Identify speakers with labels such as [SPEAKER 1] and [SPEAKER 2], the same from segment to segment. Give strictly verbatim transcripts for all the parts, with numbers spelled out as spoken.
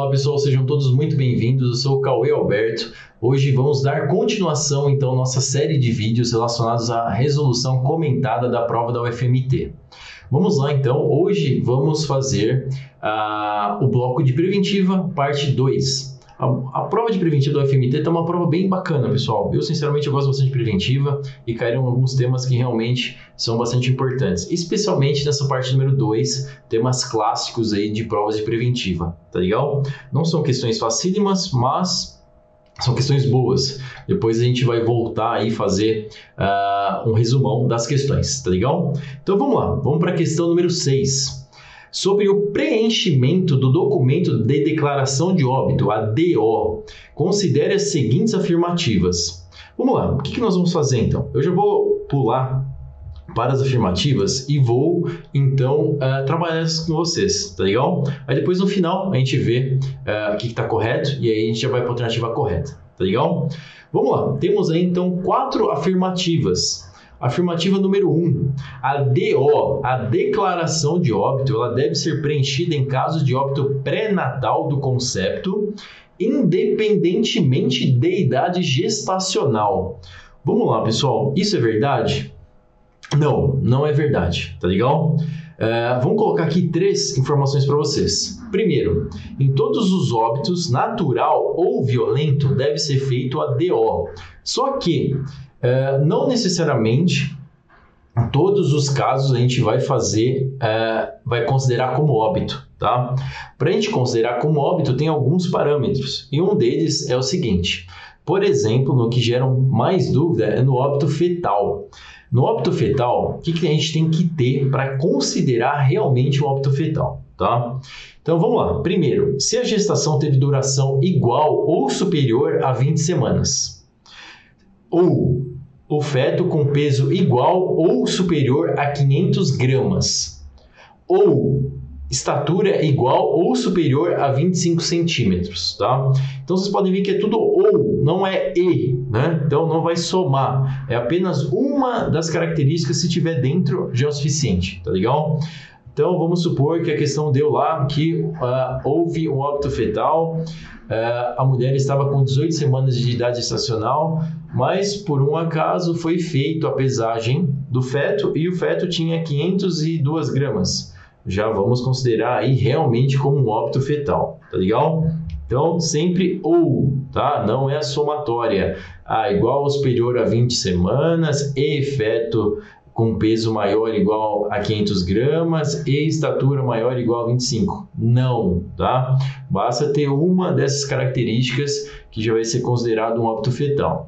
[SPEAKER 1] Olá pessoal, sejam todos muito bem-vindos, eu sou o Cauê Alberto. Hoje vamos dar continuação então à nossa série de vídeos relacionados à resolução comentada da prova da U F M T. Vamos lá então, hoje vamos fazer uh, o bloco de preventiva, parte dois. A, a prova de preventiva da U F M T está uma prova bem bacana, pessoal. Eu, sinceramente, eu gosto bastante de preventiva e caíram alguns temas que realmente são bastante importantes. Especialmente nessa parte número dois, temas clássicos aí de provas de preventiva, tá legal? Não são questões facílimas, mas são questões boas. Depois a gente vai voltar aí fazer uh, um resumão das questões, tá legal? Então vamos lá, vamos para a questão número seis. Sobre o preenchimento do documento de declaração de óbito, a D O, considere as seguintes afirmativas. Vamos lá, o que, que nós vamos fazer então? Eu já vou pular para as afirmativas e vou então uh, trabalhar com vocês, tá legal? Aí depois no final a gente vê uh, o que está correto e aí a gente já vai para a alternativa correta, tá legal? Vamos lá, temos aí então quatro afirmativas. Afirmativa número um, a D O, a declaração de óbito, ela deve ser preenchida em caso de óbito pré-natal do concepto, independentemente de idade gestacional. Vamos lá, pessoal, isso é verdade? Não, não é verdade, tá legal? Uh, vamos colocar aqui três informações para vocês. Primeiro, em todos os óbitos, natural ou violento, deve ser feito a D O. Só que Uh, não necessariamente em todos os casos a gente vai fazer, uh, vai considerar como óbito, tá? Para a gente considerar como óbito tem alguns parâmetros e um deles é o seguinte, por exemplo, no que gera mais dúvida é no óbito fetal. No óbito fetal, o que, que a gente tem que ter para considerar realmente um óbito fetal, tá? Então vamos lá, primeiro, se a gestação teve duração igual ou superior a vinte semanas, ou o feto com peso igual ou superior a quinhentos gramas, ou estatura igual ou superior a vinte e cinco centímetros, tá? Então vocês podem ver que é tudo ou, não é e, né? Então não vai somar, é apenas uma das características, se tiver dentro já é o suficiente, tá legal? Então vamos supor que a questão deu lá que uh, houve um óbito fetal, uh, a mulher estava com dezoito semanas de idade gestacional, mas por um acaso foi feita a pesagem do feto e o feto tinha quinhentos e duas gramas. Já vamos considerar aí realmente como um óbito fetal, tá legal? Então sempre ou, tá? Não é a somatória. Ah, igual ou superior a vinte semanas e feto com peso maior igual a quinhentos gramas e estatura maior igual a vinte e cinco. Não, tá? Basta ter uma dessas características que já vai ser considerado um óbito fetal.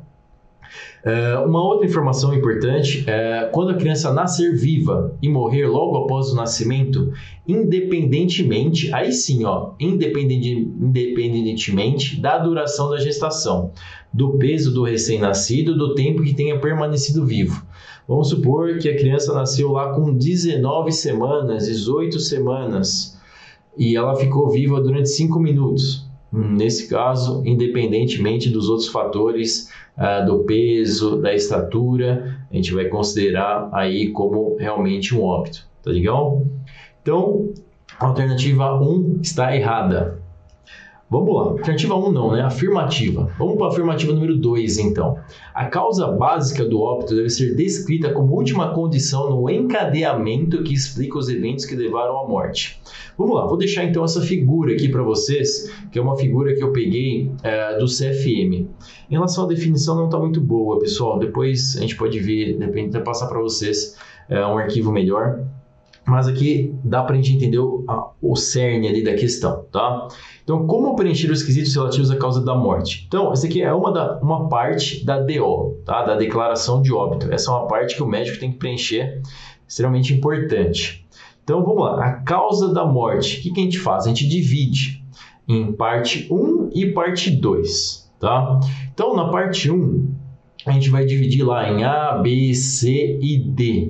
[SPEAKER 1] Uh, uma outra informação importante é quando a criança nascer viva e morrer logo após o nascimento, independentemente, aí sim, ó, independente, independentemente da duração da gestação, do peso do recém-nascido, do tempo que tenha permanecido vivo. Vamos supor que a criança nasceu lá com dezenove semanas, dezoito semanas, e ela ficou viva durante cinco minutos. Nesse caso, independentemente dos outros fatores, uh, do peso, da estatura, a gente vai considerar aí como realmente um óbito, tá legal? Então, a alternativa um está errada. Vamos lá, alternativa um não, né? Afirmativa. Vamos para a afirmativa número dois, então. A causa básica do óbito deve ser descrita como última condição no encadeamento que explica os eventos que levaram à morte. Vamos lá, vou deixar então essa figura aqui para vocês, que é uma figura que eu peguei é, do C F M. Em relação à definição não está muito boa, pessoal. Depois a gente pode ver, depende de passar para vocês é, um arquivo melhor. Mas aqui dá para a gente entender o, a, o cerne ali da questão, tá? Então, como preencher os quesitos relativos à causa da morte? Então, essa aqui é uma, da, uma parte da D O, tá? Da declaração de óbito. Essa é uma parte que o médico tem que preencher, extremamente importante. Então, vamos lá. A causa da morte, o que, que a gente faz? A gente divide em parte um e parte dois, tá? Então, na parte um, a gente vai dividir lá em A, B, C e D.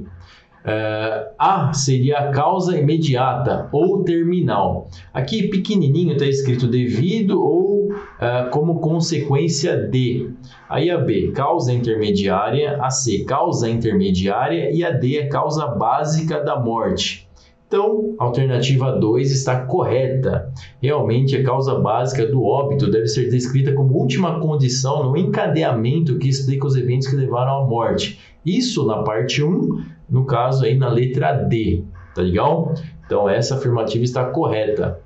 [SPEAKER 1] Uh, A seria a causa imediata ou terminal. Aqui pequenininho está escrito devido ou uh, como consequência de. Aí a B, causa intermediária, a C, causa intermediária e a D é causa básica da morte. Então, a alternativa dois está correta. Realmente, a causa básica do óbito deve ser descrita como última condição no encadeamento que explica os eventos que levaram à morte. Isso na parte um, no caso aí na letra D, tá legal? Então, essa afirmativa está correta.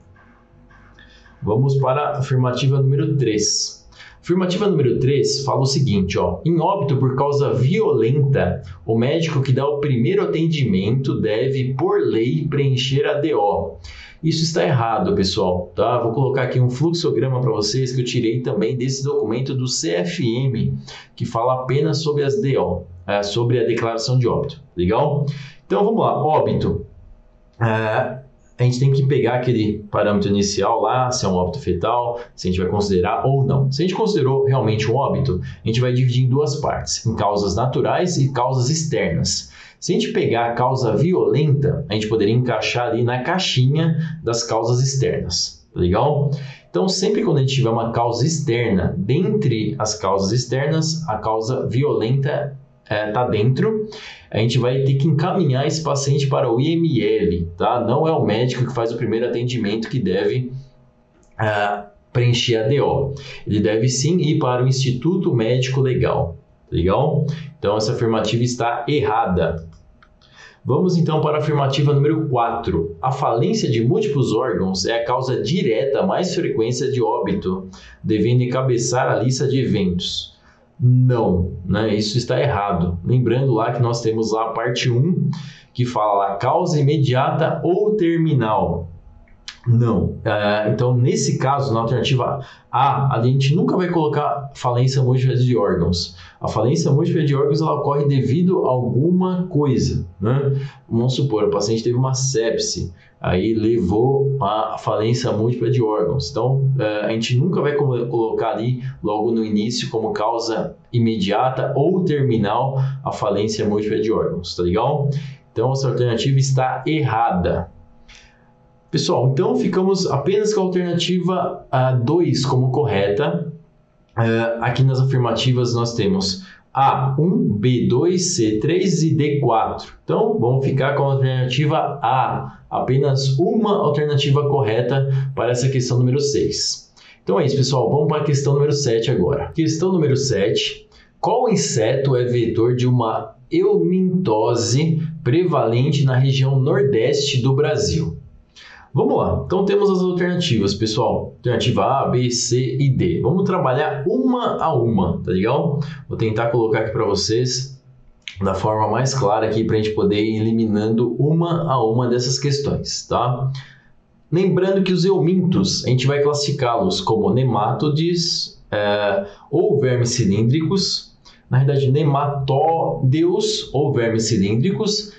[SPEAKER 1] Vamos para a afirmativa número três. Afirmativa número três fala o seguinte, ó, em óbito por causa violenta, o médico que dá o primeiro atendimento deve, por lei, preencher a D O. Isso está errado, pessoal, tá? Vou colocar aqui um fluxograma para vocês que eu tirei também desse documento do C F M, que fala apenas sobre as D O, é, sobre a declaração de óbito, legal? Então, vamos lá, óbito. É... A gente tem que pegar aquele parâmetro inicial lá, se é um óbito fetal, se a gente vai considerar ou não. Se a gente considerou realmente um óbito, a gente vai dividir em duas partes, em causas naturais e causas externas. Se a gente pegar a causa violenta, a gente poderia encaixar ali na caixinha das causas externas, tá legal? Então, sempre quando a gente tiver uma causa externa, dentre as causas externas, a causa violenta está é, dentro, a gente vai ter que encaminhar esse paciente para o I M L, tá? Não é o médico que faz o primeiro atendimento que deve uh, preencher a D O. Ele deve sim ir para o Instituto Médico Legal, legal? Então, essa afirmativa está errada. Vamos então para a afirmativa número quatro. A falência de múltiplos órgãos é a causa direta mais frequência de óbito, devendo encabeçar a lista de eventos. Não, né? Isso está errado. Lembrando lá que nós temos lá a parte um, que fala lá, causa imediata ou terminal. Não. Uh, então, nesse caso, na alternativa A, a gente nunca vai colocar falência múltipla de órgãos. A falência múltipla de órgãos ela ocorre devido a alguma coisa, né? Vamos supor, o paciente teve uma sepse, aí levou a falência múltipla de órgãos. Então, uh, a gente nunca vai colocar ali, logo no início, como causa imediata ou terminal a falência múltipla de órgãos, tá legal? Então, essa alternativa está errada. Pessoal, então ficamos apenas com a alternativa dois como correta. Uh, aqui nas afirmativas nós temos A um, B dois, C três e D quatro. Então, vamos ficar com a alternativa A, apenas uma alternativa correta para essa questão número seis. Então é isso, pessoal. Vamos para a questão número sete agora. Questão número sete. Qual inseto é vetor de uma eumintose prevalente na região nordeste do Brasil? Vamos lá, então temos as alternativas, pessoal. Alternativa A, B, C e D. Vamos trabalhar uma a uma, tá legal? Vou tentar colocar aqui para vocês da forma mais clara aqui para a gente poder ir eliminando uma a uma dessas questões, tá? Lembrando que os eumintos, a gente vai classificá-los como nematóides é, ou vermes cilíndricos. Na verdade, nematódeos ou vermes cilíndricos,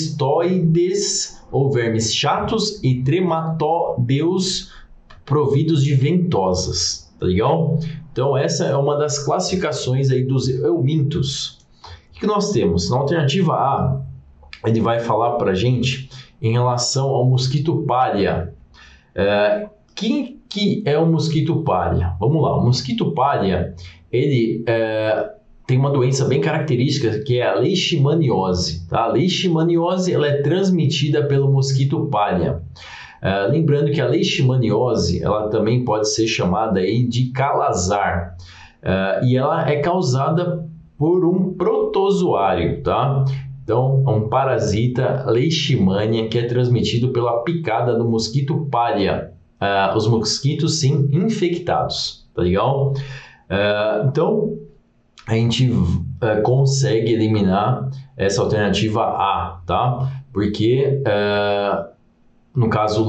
[SPEAKER 1] cestoides ou vermes chatos e trematódeos providos de ventosas, tá legal? Então, essa é uma das classificações aí dos eumintos. O que nós temos? Na alternativa A, ele vai falar para a gente em relação ao mosquito palha. É, quem que é o mosquito palha? Vamos lá, o mosquito palha, ele... É, tem uma doença bem característica que é a leishmaniose. Tá? A leishmaniose ela é transmitida pelo mosquito palha. Uh, lembrando que a leishmaniose ela também pode ser chamada aí de calazar. Uh, e ela é causada por um protozoário. Tá? Então, é um parasita leishmania que é transmitido pela picada do mosquito palha. Uh, os mosquitos, sim, infectados. Tá legal? Uh, então... a gente uh, consegue eliminar essa alternativa A, tá? Porque, uh, no caso,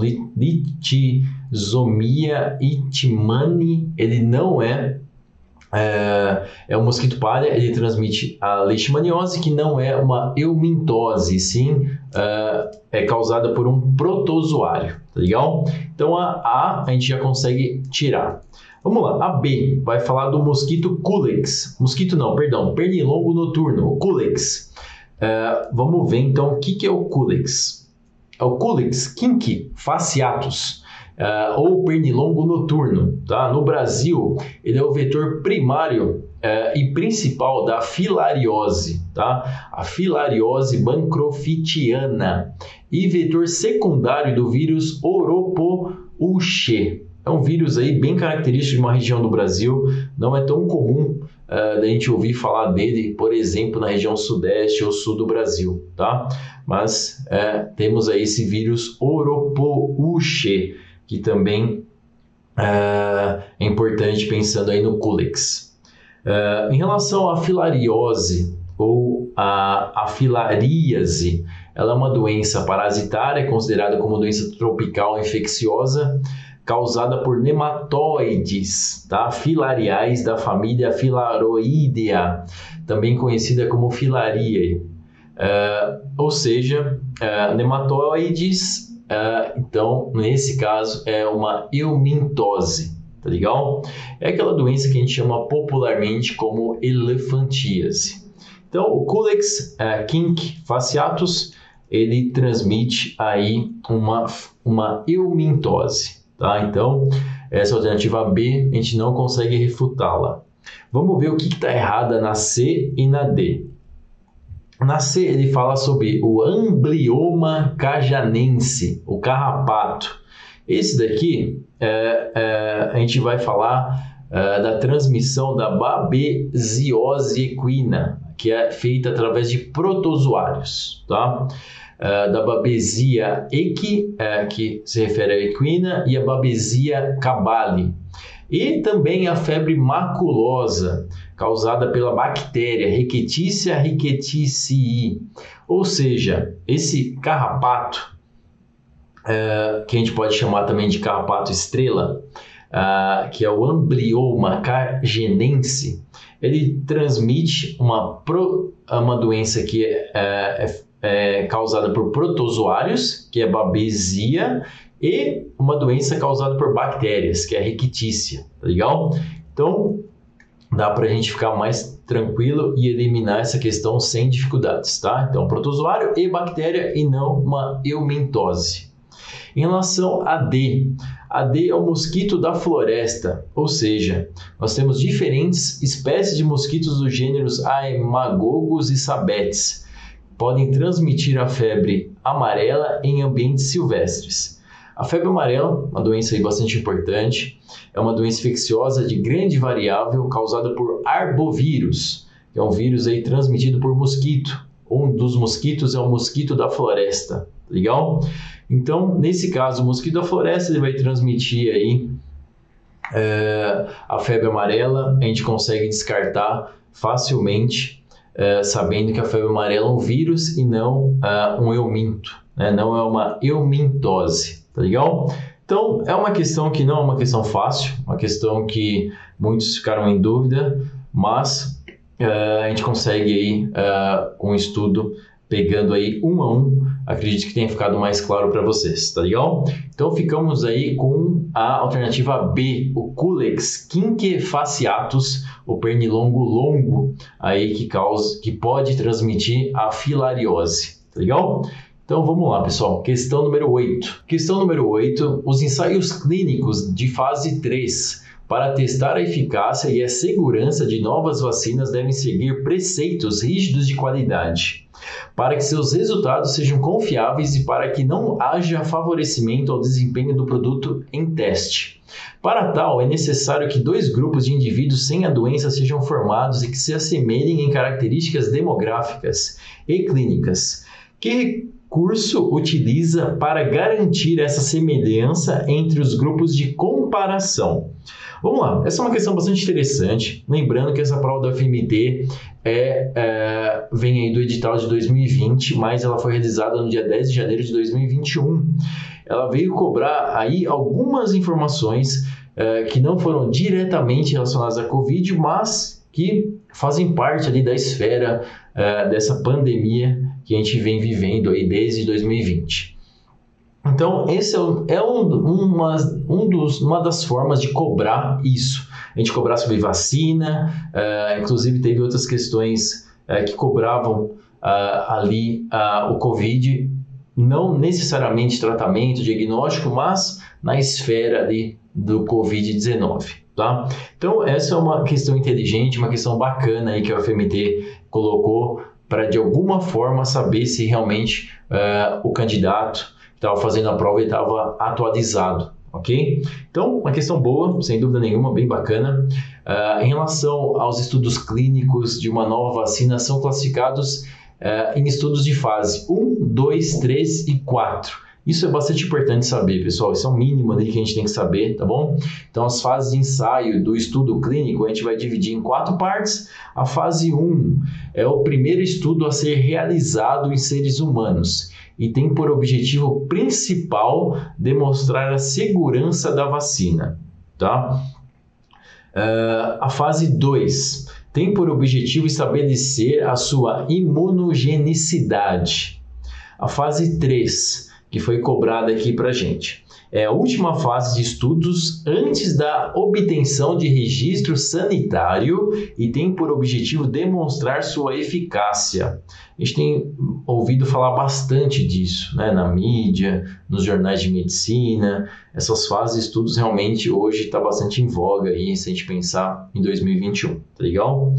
[SPEAKER 1] litisomia itimani, ele não é, uh, é um mosquito palha, ele transmite a leishmaniose, que não é uma eumintose, sim, uh, é causada por um protozoário, tá legal? Então, a A a gente já consegue tirar. Vamos lá, a B vai falar do mosquito Culex. Mosquito não, perdão, pernilongo noturno, o Culex. Uh, vamos ver então o que, que é o Culex. É o Culex kinki fasciatus, uh, ou pernilongo noturno. Tá? No Brasil, ele é o vetor primário uh, e principal da filariose. Tá? A filariose bancrofitiana. e vetor secundário do vírus Oropouche. É um vírus aí bem característico de uma região do Brasil, não é tão comum uh, da gente ouvir falar dele, por exemplo, na região sudeste ou sul do Brasil, tá? Mas uh, temos aí esse vírus Oropouche, que também uh, é importante pensando aí no Culex. Uh, em relação à filariose ou à, à filaríase, ela é uma doença parasitária, considerada como doença tropical infecciosa, causada por nematóides, tá? Filariais da família Filaroidea, também conhecida como Filariae. Uh, ou seja, uh, nematóides, uh, então, nesse caso, é uma eumintose, tá legal? É aquela doença que a gente chama popularmente como elefantíase. Então, o Culex uh, kink fasciatus, ele transmite aí uma, uma eumintose. Tá? Então, essa alternativa B, a gente não consegue refutá-la. Vamos ver o que está errada na C e na D. Na C, ele fala sobre o amblioma cajanense, o carrapato. Esse daqui, é, é, a gente vai falar é, da transmissão da babesiose equina, que é feita através de protozoários, tá? Uh, da babesia equi, uh, que se refere à equina, e a babesia cabali. E também a febre maculosa, causada pela bactéria Rickettsia rickettsii. Ou seja, esse carrapato, uh, que a gente pode chamar também de carrapato estrela, uh, que é o amblioma cajanense, ele transmite uma, pro, uma doença que é, é É causada por protozoários, que é babesia, e uma doença causada por bactérias, que é a Rickettsia, tá legal? Então, dá para a gente ficar mais tranquilo e eliminar essa questão sem dificuldades, tá? Então, protozoário e bactéria e não uma eumintose. Em relação a D, a D é o mosquito da floresta, ou seja, nós temos diferentes espécies de mosquitos dos gêneros Aemagogos e Sabetes. Podem transmitir a febre amarela em ambientes silvestres. A febre amarela, uma doença aí bastante importante, é uma doença infecciosa de grande variável causada por arbovírus, que é um vírus aí transmitido por mosquito. Um dos mosquitos é o mosquito da floresta, legal? Então, nesse caso, o mosquito da floresta ele vai transmitir aí é, a febre amarela, a gente consegue descartar facilmente, Uh, sabendo que a febre amarela é um vírus e não uh, um euminto, né? Não é uma eumintose, tá legal? Então, é uma questão que não é uma questão fácil, uma questão que muitos ficaram em dúvida, mas uh, a gente consegue aí, uh, com o estudo, pegando aí um a um, acredito que tenha ficado mais claro para vocês, tá legal? Então, ficamos aí com a alternativa B, o Culex kink fasciatus, o pernilongo longo, aí que, causa, que pode transmitir a filariose, tá legal? Então, vamos lá, pessoal. Questão número oito. Questão número oito, os ensaios clínicos de fase três para testar a eficácia e a segurança de novas vacinas devem seguir preceitos rígidos de qualidade, para que seus resultados sejam confiáveis e para que não haja favorecimento ao desempenho do produto em teste. Para tal, é necessário que dois grupos de indivíduos sem a doença sejam formados e que se assemelhem em características demográficas e clínicas. Que recurso utiliza para garantir essa semelhança entre os grupos de comparação? Vamos lá, essa é uma questão bastante interessante, lembrando que essa prova da U F M T é, é, vem aí do edital de dois mil e vinte, mas ela foi realizada no dia dez de janeiro de dois mil e vinte e um. Ela veio cobrar aí algumas informações é, que não foram diretamente relacionadas à Covid, mas que fazem parte ali da esfera é, dessa pandemia que a gente vem vivendo aí desde dois mil e vinte. Então, esse é um, uma, um dos, uma das formas de cobrar isso. A gente cobrar sobre vacina, uh, inclusive teve outras questões uh, que cobravam uh, ali uh, o Covid, não necessariamente tratamento, diagnóstico, mas na esfera ali do covid dezenove. Tá? Então, essa é uma questão inteligente, uma questão bacana aí que a U F M T colocou para, de alguma forma, saber se realmente uh, o candidato que estava fazendo a prova estava atualizado, ok? Então, uma questão boa, sem dúvida nenhuma, bem bacana. Uh, em relação aos estudos clínicos de uma nova vacina, são classificados uh, em estudos de fase um, dois, três e quatro. Isso é bastante importante saber, pessoal. Isso é o mínimo ali que a gente tem que saber, tá bom? Então, as fases de ensaio do estudo clínico, a gente vai dividir em quatro partes. A fase um é o primeiro estudo a ser realizado em seres humanos e tem por objetivo principal demonstrar a segurança da vacina, tá? Uh, a fase dois tem por objetivo estabelecer a sua imunogenicidade. A fase três, que foi cobrada aqui para a gente, é a última fase de estudos antes da obtenção de registro sanitário e tem por objetivo demonstrar sua eficácia. A gente tem ouvido falar bastante disso, né? Na mídia, nos jornais de medicina. Essas fases de estudos realmente hoje está bastante em voga aí, se a gente pensar em dois mil e vinte e um, tá legal?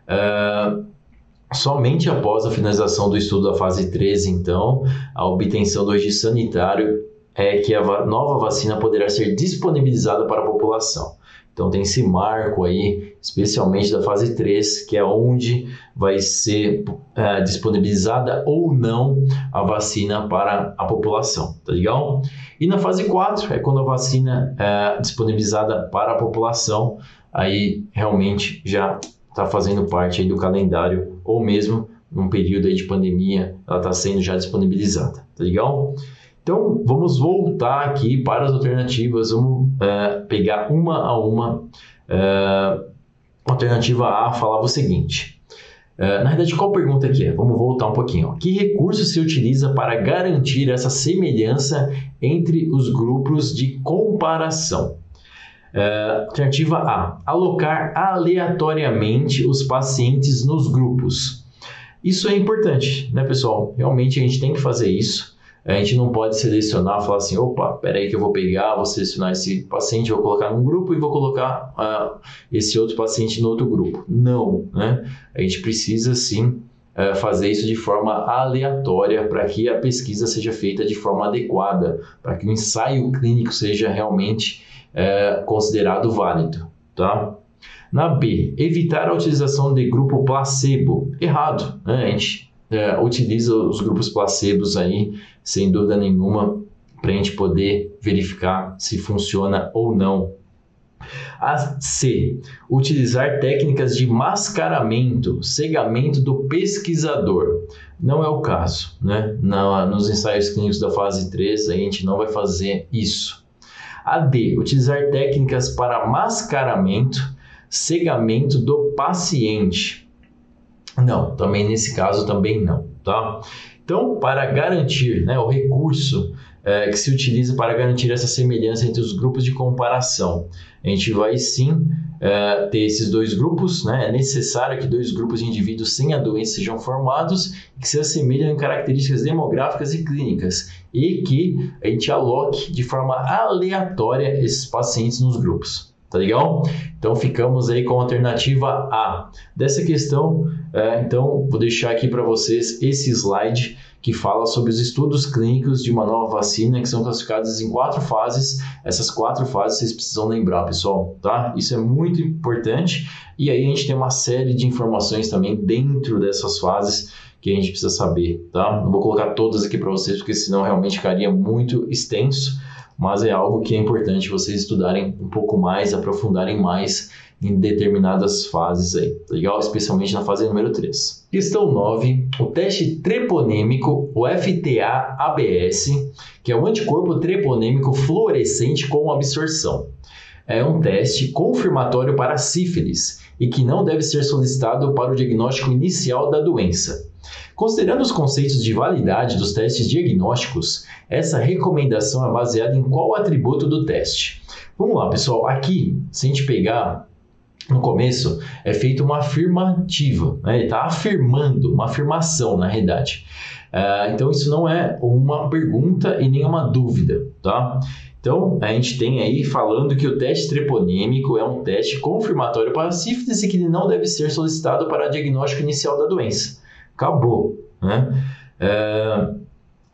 [SPEAKER 1] Uh, somente após a finalização do estudo da fase três, então, a obtenção do registro sanitário é que a nova vacina poderá ser disponibilizada para a população. Então tem esse marco aí, especialmente da fase três, que é onde vai ser é, disponibilizada ou não a vacina para a população, tá legal? E na fase quatro é quando a vacina é disponibilizada para a população, aí realmente já está fazendo parte aí do calendário, ou mesmo num período aí de pandemia, ela está sendo já disponibilizada, tá legal? Então, vamos voltar aqui para as alternativas, vamos uh, pegar uma a uma. Uh, alternativa A falava o seguinte, uh, na verdade, qual pergunta aqui é? Vamos voltar um pouquinho. Ó. Que recurso se utiliza para garantir essa semelhança entre os grupos de comparação? Uh, alternativa A, alocar aleatoriamente os pacientes nos grupos. Isso é importante, né, pessoal? Realmente a gente tem que fazer isso. A gente não pode selecionar, falar assim, opa, peraí que eu vou pegar, vou selecionar esse paciente, vou colocar num grupo e vou colocar uh, esse outro paciente no outro grupo. Não, né? A gente precisa sim uh, fazer isso de forma aleatória para que a pesquisa seja feita de forma adequada, para que o ensaio clínico seja realmente uh, considerado válido, tá? Na B, evitar a utilização de grupo placebo. Errado, né? A gente É, utiliza os grupos placebos aí, sem dúvida nenhuma, para a gente poder verificar se funciona ou não. A C, utilizar técnicas de mascaramento, cegamento do pesquisador. Não é o caso, né? Na, nos ensaios clínicos da fase três, a gente não vai fazer isso. A D, utilizar técnicas para mascaramento, cegamento do paciente. Não, também nesse caso também não, tá? Então, para garantir, né, o recurso é, que se utiliza para garantir essa semelhança entre os grupos de comparação, a gente vai sim é, ter esses dois grupos, né? É necessário que dois grupos de indivíduos sem a doença sejam formados e que se assemelham em características demográficas e clínicas e que a gente aloque de forma aleatória esses pacientes nos grupos. Tá legal? Então ficamos aí com a alternativa A. Dessa questão, é, então vou deixar aqui para vocês esse slide que fala sobre os estudos clínicos de uma nova vacina que são classificados em quatro fases. Essas quatro fases vocês precisam lembrar, pessoal, tá? Isso é muito importante e aí a gente tem uma série de informações também dentro dessas fases que a gente precisa saber, tá? Não vou colocar todas aqui para vocês porque senão realmente ficaria muito extenso. Mas é algo que é importante vocês estudarem um pouco mais, aprofundarem mais em determinadas fases aí, tá legal? Especialmente na fase número três. Questão nove, o teste treponêmico, o F T A A B S, que é o anticorpo treponêmico fluorescente com absorção. É um teste confirmatório para sífilis e que não deve ser solicitado para o diagnóstico inicial da doença. Considerando os conceitos de validade dos testes diagnósticos, essa recomendação é baseada em qual atributo do teste? Vamos lá, pessoal. Aqui, se a gente pegar no começo, é feita uma afirmativa, né? Ele está afirmando, uma afirmação, na realidade. Uh, então, isso não é uma pergunta e nem uma dúvida, tá? Então, a gente tem aí falando que o teste treponêmico é um teste confirmatório para a sífilis e que ele não deve ser solicitado para diagnóstico inicial da doença. Acabou, né? É,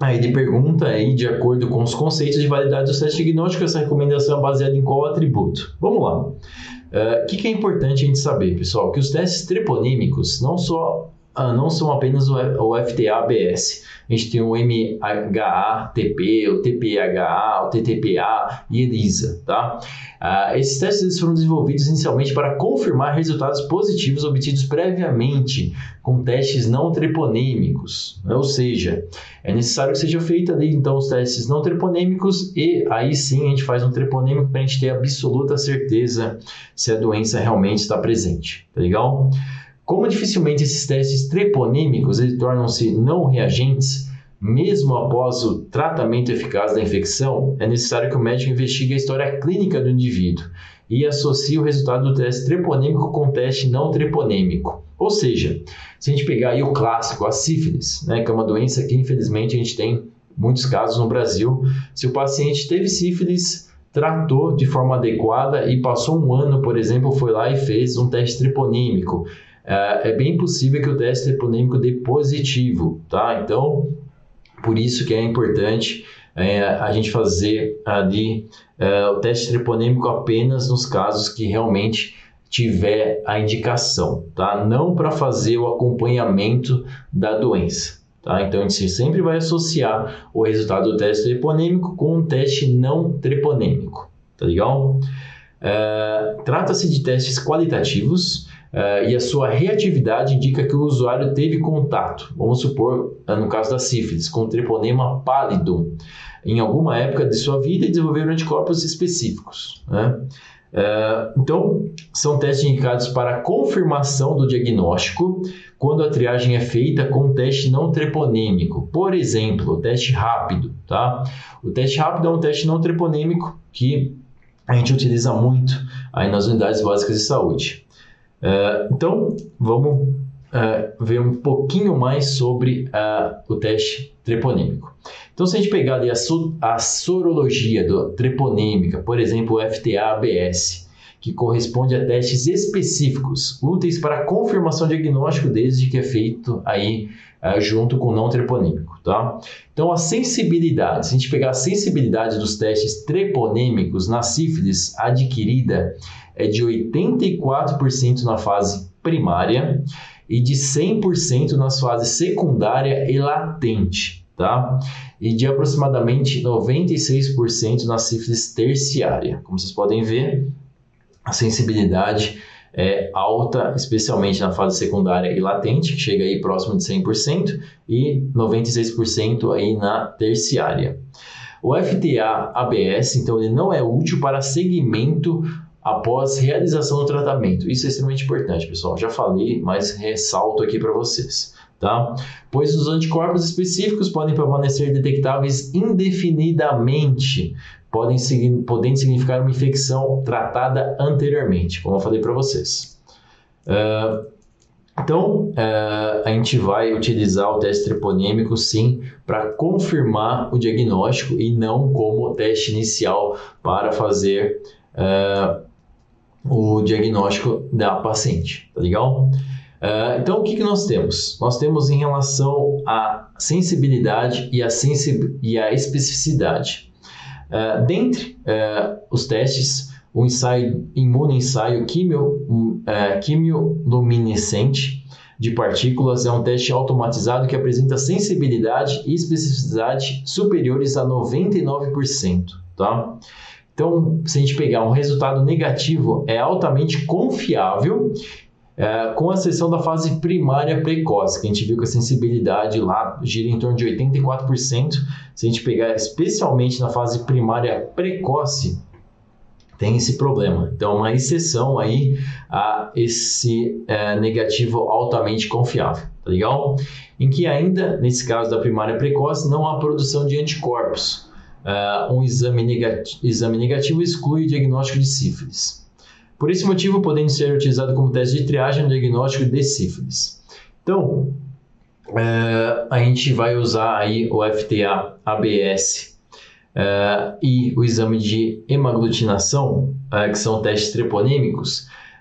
[SPEAKER 1] Aí ele pergunta aí, de acordo com os conceitos de validade do teste diagnóstico, essa recomendação é baseada em qual atributo? Vamos lá. O uh, que, que é importante a gente saber, pessoal? Que os testes treponímicos não, só, uh, não são apenas o, o F T A B S. A gente tem o M H A T P, o T P H A, o T T P A e ELISA, tá? Uh, esses testes eles foram desenvolvidos inicialmente para confirmar resultados positivos obtidos previamente com testes não treponêmicos, né? Ou seja, é necessário que seja feito ali então os testes não treponêmicos e aí sim a gente faz um treponêmico para a gente ter absoluta certeza se a doença realmente está presente, tá legal? Como dificilmente esses testes treponêmicos eles tornam-se não reagentes, mesmo após o tratamento eficaz da infecção, é necessário que o médico investigue a história clínica do indivíduo e associe o resultado do teste treponêmico com o teste não treponêmico. Ou seja, se a gente pegar aí o clássico, a sífilis, né, que é uma doença que infelizmente a gente tem muitos casos no Brasil, se o paciente teve sífilis, tratou de forma adequada e passou um ano, por exemplo, foi lá e fez um teste treponêmico, é bem possível que o teste treponêmico dê positivo, tá? Então, por isso que é importante é, a gente fazer ali é, o teste treponêmico apenas nos casos que realmente tiver a indicação, tá? Não para fazer o acompanhamento da doença, tá? Então, a gente sempre vai associar o resultado do teste treponêmico com um teste não treponêmico, tá legal? É, trata-se de testes qualitativos. Uh, e a sua reatividade indica que o usuário teve contato, vamos supor, no caso da sífilis, com o treponema pálido, em alguma época de sua vida e desenvolveram anticorpos específicos, né? Uh, então, são testes indicados para confirmação do diagnóstico quando a triagem é feita com um teste não treponêmico. Por exemplo, o teste rápido, tá? O teste rápido é um teste não treponêmico que a gente utiliza muito aí nas unidades básicas de saúde. Uh, então, vamos uh, ver um pouquinho mais sobre uh, o teste treponêmico. Então, se a gente pegar ali a, so a sorologia do, treponêmica, por exemplo, o F T A B S, que corresponde a testes específicos, úteis para a confirmação diagnóstico desde que é feito aí uh, junto com o não treponêmico, tá? Então, a sensibilidade, se a gente pegar a sensibilidade dos testes treponêmicos na sífilis adquirida, é de oitenta e quatro por cento na fase primária e de cem por cento nas fases secundária e latente, tá? E de aproximadamente noventa e seis por cento na sífilis terciária. Como vocês podem ver, a sensibilidade é alta, especialmente na fase secundária e latente, que chega aí próximo de cem por cento, e noventa e seis por cento aí na terciária. O F T A A B S, então, ele não é útil para segmento após realização do tratamento. Isso é extremamente importante, pessoal. Já falei, mas ressalto aqui para vocês, tá? Pois os anticorpos específicos podem permanecer detectáveis indefinidamente, podem podendo significar uma infecção tratada anteriormente, como eu falei para vocês. Uh, então, uh, a gente vai utilizar o teste treponêmico, sim, para confirmar o diagnóstico e não como teste inicial para fazer Uh, o diagnóstico da paciente, tá legal? Uh, então, o que, que nós temos? Nós temos em relação à sensibilidade e à, sensi e à especificidade. Uh, dentre uh, os testes, o ensaio imunoensaio quimio, uh, quimioluminescente de partículas é um teste automatizado que apresenta sensibilidade e especificidade superiores a noventa e nove por cento, tá? Então, se a gente pegar um resultado negativo, é altamente confiável, é, com exceção da fase primária precoce, que a gente viu que a sensibilidade lá gira em torno de oitenta e quatro por cento. Se a gente pegar especialmente na fase primária precoce, tem esse problema. Então, uma exceção aí a esse é, negativo altamente confiável, tá legal? Em que ainda, nesse caso da primária precoce, não há produção de anticorpos. Uh, um exame negativo, exame negativo exclui o diagnóstico de sífilis. Por esse motivo, podendo ser utilizado como teste de triagem no diagnóstico de sífilis. Então, uh, a gente vai usar aí o F T A A B S uh, e o exame de hemaglutinação, uh, que são testes treponêmicos,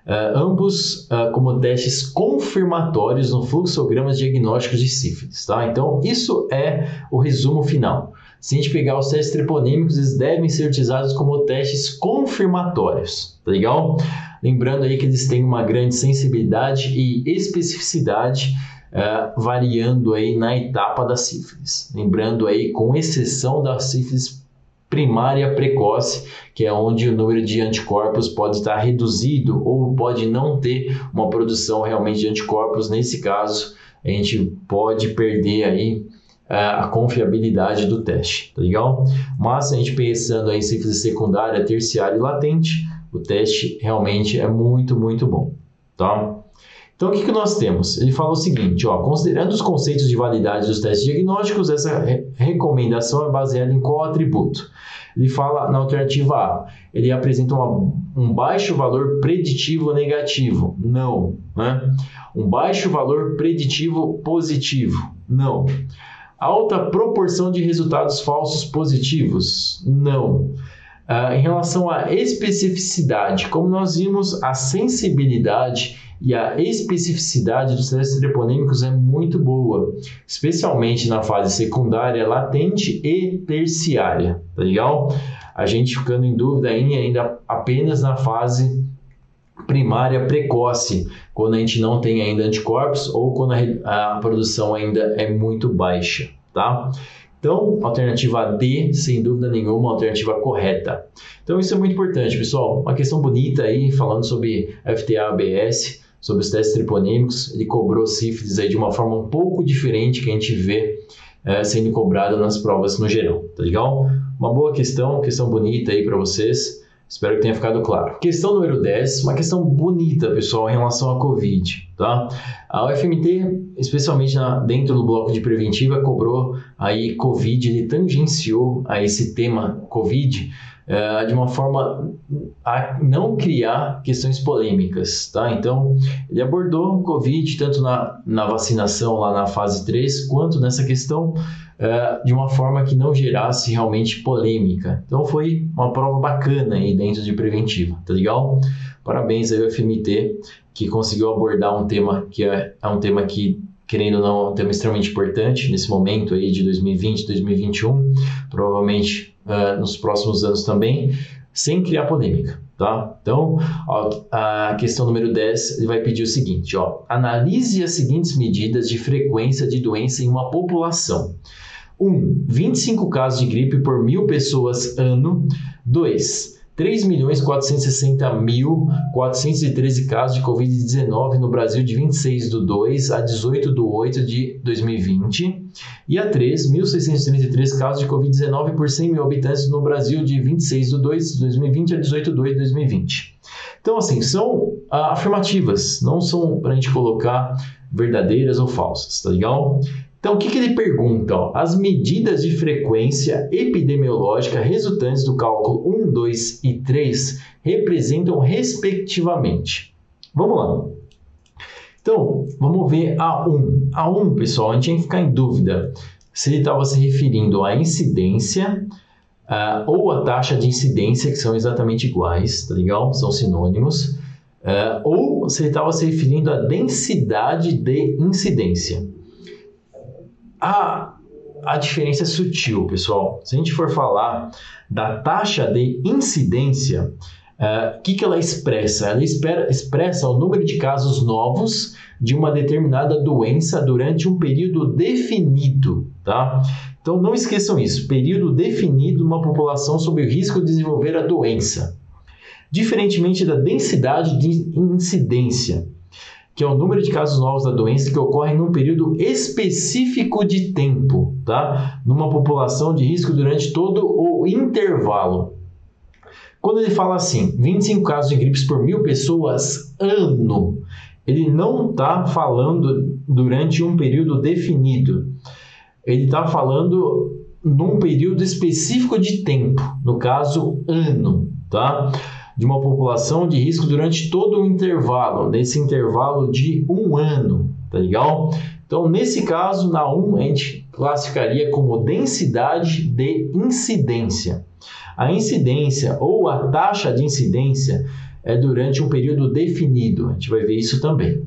[SPEAKER 1] uh, ambos uh, como testes confirmatórios no fluxogramas diagnósticos de sífilis, tá? Então, isso é o resumo final. Se a gente pegar os testes treponêmicos, eles devem ser utilizados como testes confirmatórios, tá legal? Lembrando aí que eles têm uma grande sensibilidade e especificidade, uh, variando aí na etapa da sífilis. Lembrando aí, com exceção da sífilis primária precoce, que é onde o número de anticorpos pode estar reduzido ou pode não ter uma produção realmente de anticorpos. Nesse caso, a gente pode perder aí a confiabilidade do teste, tá legal? Mas a gente pensando aí em sífilis secundária, terciária e latente, o teste realmente é muito, muito bom, tá? Então, o que, que nós temos? Ele fala o seguinte, ó, considerando os conceitos de validade dos testes diagnósticos, essa re recomendação é baseada em qual atributo? Ele fala na alternativa A, ele apresenta uma, um baixo valor preditivo negativo? Não, né? Um baixo valor preditivo positivo? Não. Alta proporção de resultados falsos positivos? Não. Uh, em relação à especificidade, como nós vimos, a sensibilidade e a especificidade dos testes treponêmicos é muito boa, especialmente na fase secundária, latente e terciária, tá legal? A gente ficando em dúvida ainda apenas na fase primária precoce, quando a gente não tem ainda anticorpos ou quando a, a produção ainda é muito baixa, tá? Então, alternativa D, sem dúvida nenhuma, alternativa correta. Então, isso é muito importante, pessoal. Uma questão bonita aí, falando sobre F T A A B S, sobre os testes treponêmicos. Ele cobrou sífilis aí de uma forma um pouco diferente que a gente vê é, sendo cobrada nas provas no geral, tá legal? Uma boa questão, questão bonita aí para vocês. Espero que tenha ficado claro. Questão número dez, uma questão bonita, pessoal, em relação à Covid, tá? A U F M T, especialmente na, dentro do bloco de preventiva, cobrou aí Covid, ele tangenciou a esse tema Covid uh, de uma forma a não criar questões polêmicas, tá? Então, ele abordou o Covid tanto na, na vacinação lá na fase três, quanto nessa questão Uh, de uma forma que não gerasse realmente polêmica. Então foi uma prova bacana aí dentro de preventiva, tá legal? Parabéns aí ao U F M T que conseguiu abordar um tema que é, é um tema que, querendo ou não, é um tema extremamente importante nesse momento aí de dois mil e vinte, dois mil e vinte e um, provavelmente uh, nos próximos anos também, sem criar polêmica, tá? Então, ó, a questão número dez, ele vai pedir o seguinte, ó, analise as seguintes medidas de frequência de doença em uma população. um. vinte e cinco casos de gripe por mil pessoas ano. dois. três milhões quatrocentos e sessenta mil quatrocentos e treze casos de covid dezenove no Brasil de vinte e seis do dois a dezoito do oito de dois mil e vinte. E a três. mil seiscentos e trinta e três casos de covid dezenove por cem mil habitantes no Brasil de vinte e seis do dois de dois mil e vinte a dezoito do oito de dois mil e vinte. Então, assim, são ah, afirmativas, não são para a gente colocar verdadeiras ou falsas, tá legal? Então, o que, que ele pergunta? Ó, as medidas de frequência epidemiológica resultantes do cálculo um, dois e três representam respectivamente. Vamos lá. Então, vamos ver a um. A um, pessoal, a gente tem que ficar em dúvida se ele estava se referindo à incidência uh, ou à taxa de incidência, que são exatamente iguais, tá legal? São sinônimos. Uh, ou se ele estava se referindo à densidade de incidência. A, a diferença é sutil, pessoal. Se a gente for falar da taxa de incidência, o uh, que, que ela expressa? Ela espera, expressa o número de casos novos de uma determinada doença durante um período definido, tá? Então, não esqueçam isso. Período definido numa população sob o risco de desenvolver a doença. Diferentemente da densidade de incidência, que é o número de casos novos da doença que ocorrem num período específico de tempo, tá? Numa população de risco durante todo o intervalo. Quando ele fala assim, vinte e cinco casos de gripes por mil pessoas ano, ele não está falando durante um período definido. Ele está falando num período específico de tempo, no caso, ano, tá? De uma população de risco durante todo o intervalo, nesse intervalo de um ano, tá legal? Então, nesse caso, na um, a gente classificaria como densidade de incidência. A incidência ou a taxa de incidência é durante um período definido. A gente vai ver isso também.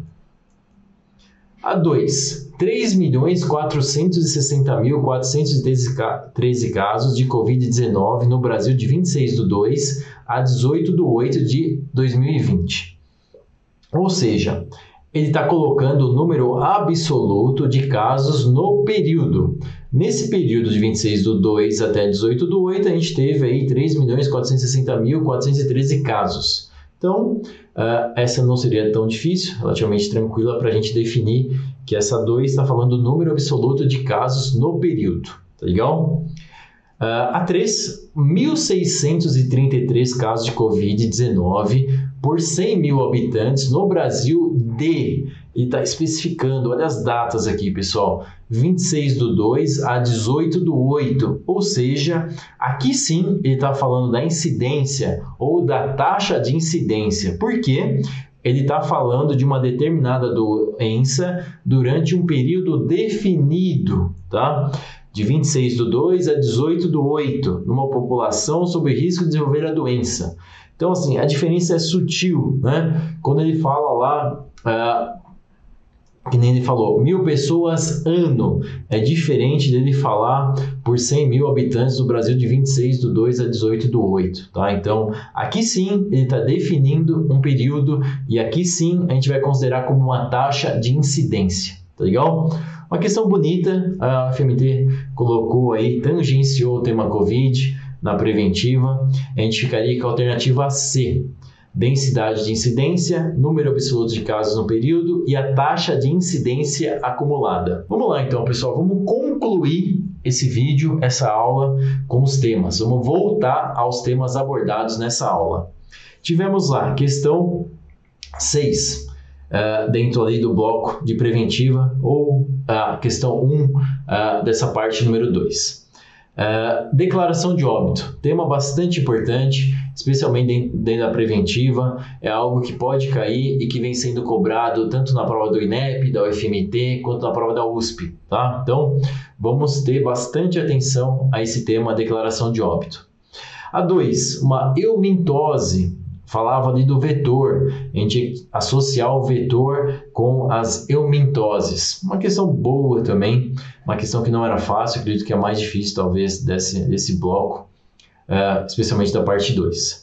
[SPEAKER 1] A dois, três milhões quatrocentos e sessenta mil quatrocentos e treze casos de covid dezenove no Brasil de vinte e seis do dois a dezoito do oito de dois mil e vinte. Ou seja, ele está colocando o número absoluto de casos no período. Nesse período de vinte e seis do dois até dezoito do oito, a gente teve aí três milhões quatrocentos e sessenta mil quatrocentos e treze casos. Então, uh, essa não seria tão difícil, relativamente tranquila para a gente definir que essa dois está falando do número absoluto de casos no período, tá legal? Uh, a três, mil seiscentos e trinta e três casos de covid dezenove por cem mil habitantes no Brasil de... Ele está especificando, olha as datas aqui, pessoal, vinte e seis do dois a dezoito do oito, ou seja, aqui sim ele está falando da incidência ou da taxa de incidência. Por quê? Ele está falando de uma determinada doença durante um período definido, tá? De vinte e seis do dois a dezoito do oito, numa população sob risco de desenvolver a doença. Então, assim, a diferença é sutil, né? Quando ele fala lá... Uh, que nem ele falou, mil pessoas ano, é diferente dele falar por cem mil habitantes do Brasil de vinte e seis do dois a dezoito do oito, tá? Então, aqui sim, ele está definindo um período e aqui sim a gente vai considerar como uma taxa de incidência, tá legal? Uma questão bonita, a F M T colocou aí, tangenciou o tema Covid na preventiva, a gente ficaria com a alternativa C. Densidade de incidência, número absoluto de casos no período e a taxa de incidência acumulada. Vamos lá então, pessoal, vamos concluir esse vídeo, essa aula com os temas. Vamos voltar aos temas abordados nessa aula. Tivemos lá questão seis, uh, dentro ali do bloco de preventiva, ou a questão um uh, dessa parte número dois. Uh, declaração de óbito, tema bastante importante, especialmente dentro da preventiva, é algo que pode cair e que vem sendo cobrado tanto na prova do I N E P, da U F M T, quanto na prova da U S P, tá? Então, vamos ter bastante atenção a esse tema, declaração de óbito. A dois, uma eumintose, falava ali do vetor, a gente associar o vetor com as eumintoses. Uma questão boa também, uma questão que não era fácil, acredito que é a mais difícil talvez desse, desse bloco, uh, especialmente da parte dois.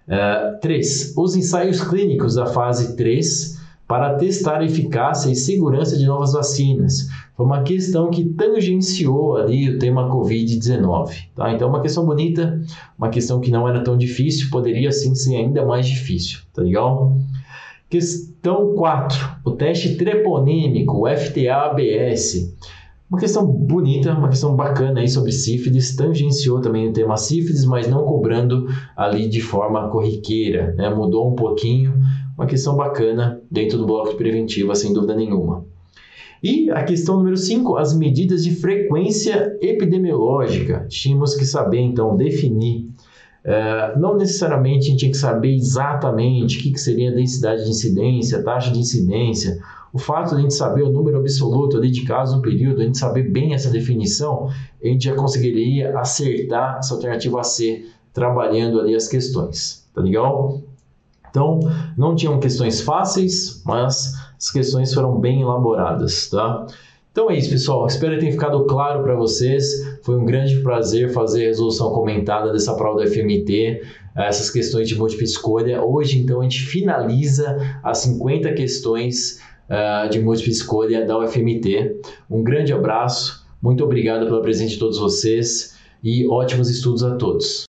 [SPEAKER 1] três. Uh, os ensaios clínicos da fase três para testar a eficácia e segurança de novas vacinas. Foi uma questão que tangenciou ali o tema covid dezenove. Tá? Então, uma questão bonita, uma questão que não era tão difícil, poderia sim ser ainda mais difícil. Tá legal? Questão quatro. O teste treponímico, o F T A B S. Uma questão bonita, uma questão bacana aí sobre sífilis, tangenciou também o tema sífilis, mas não cobrando ali de forma corriqueira, né? Mudou um pouquinho, uma questão bacana dentro do bloco de preventiva, sem dúvida nenhuma. E a questão número cinco, as medidas de frequência epidemiológica. Tínhamos que saber, então, definir. Uh, não necessariamente a gente tinha que saber exatamente o que, que seria a densidade de incidência, a taxa de incidência. O fato de a gente saber o número absoluto ali de casos no período, a gente saber bem essa definição, a gente já conseguiria acertar essa alternativa C, trabalhando ali as questões. Tá legal? Então, não tinham questões fáceis, mas as questões foram bem elaboradas, tá? Então é isso, pessoal. Espero que tenha ficado claro para vocês. Foi um grande prazer fazer a resolução comentada dessa prova da F M T, essas questões de múltipla escolha. Hoje, então, a gente finaliza as cinquenta questões uh, de múltipla escolha da U F M T. Um grande abraço, muito obrigado pela presença de todos vocês e ótimos estudos a todos.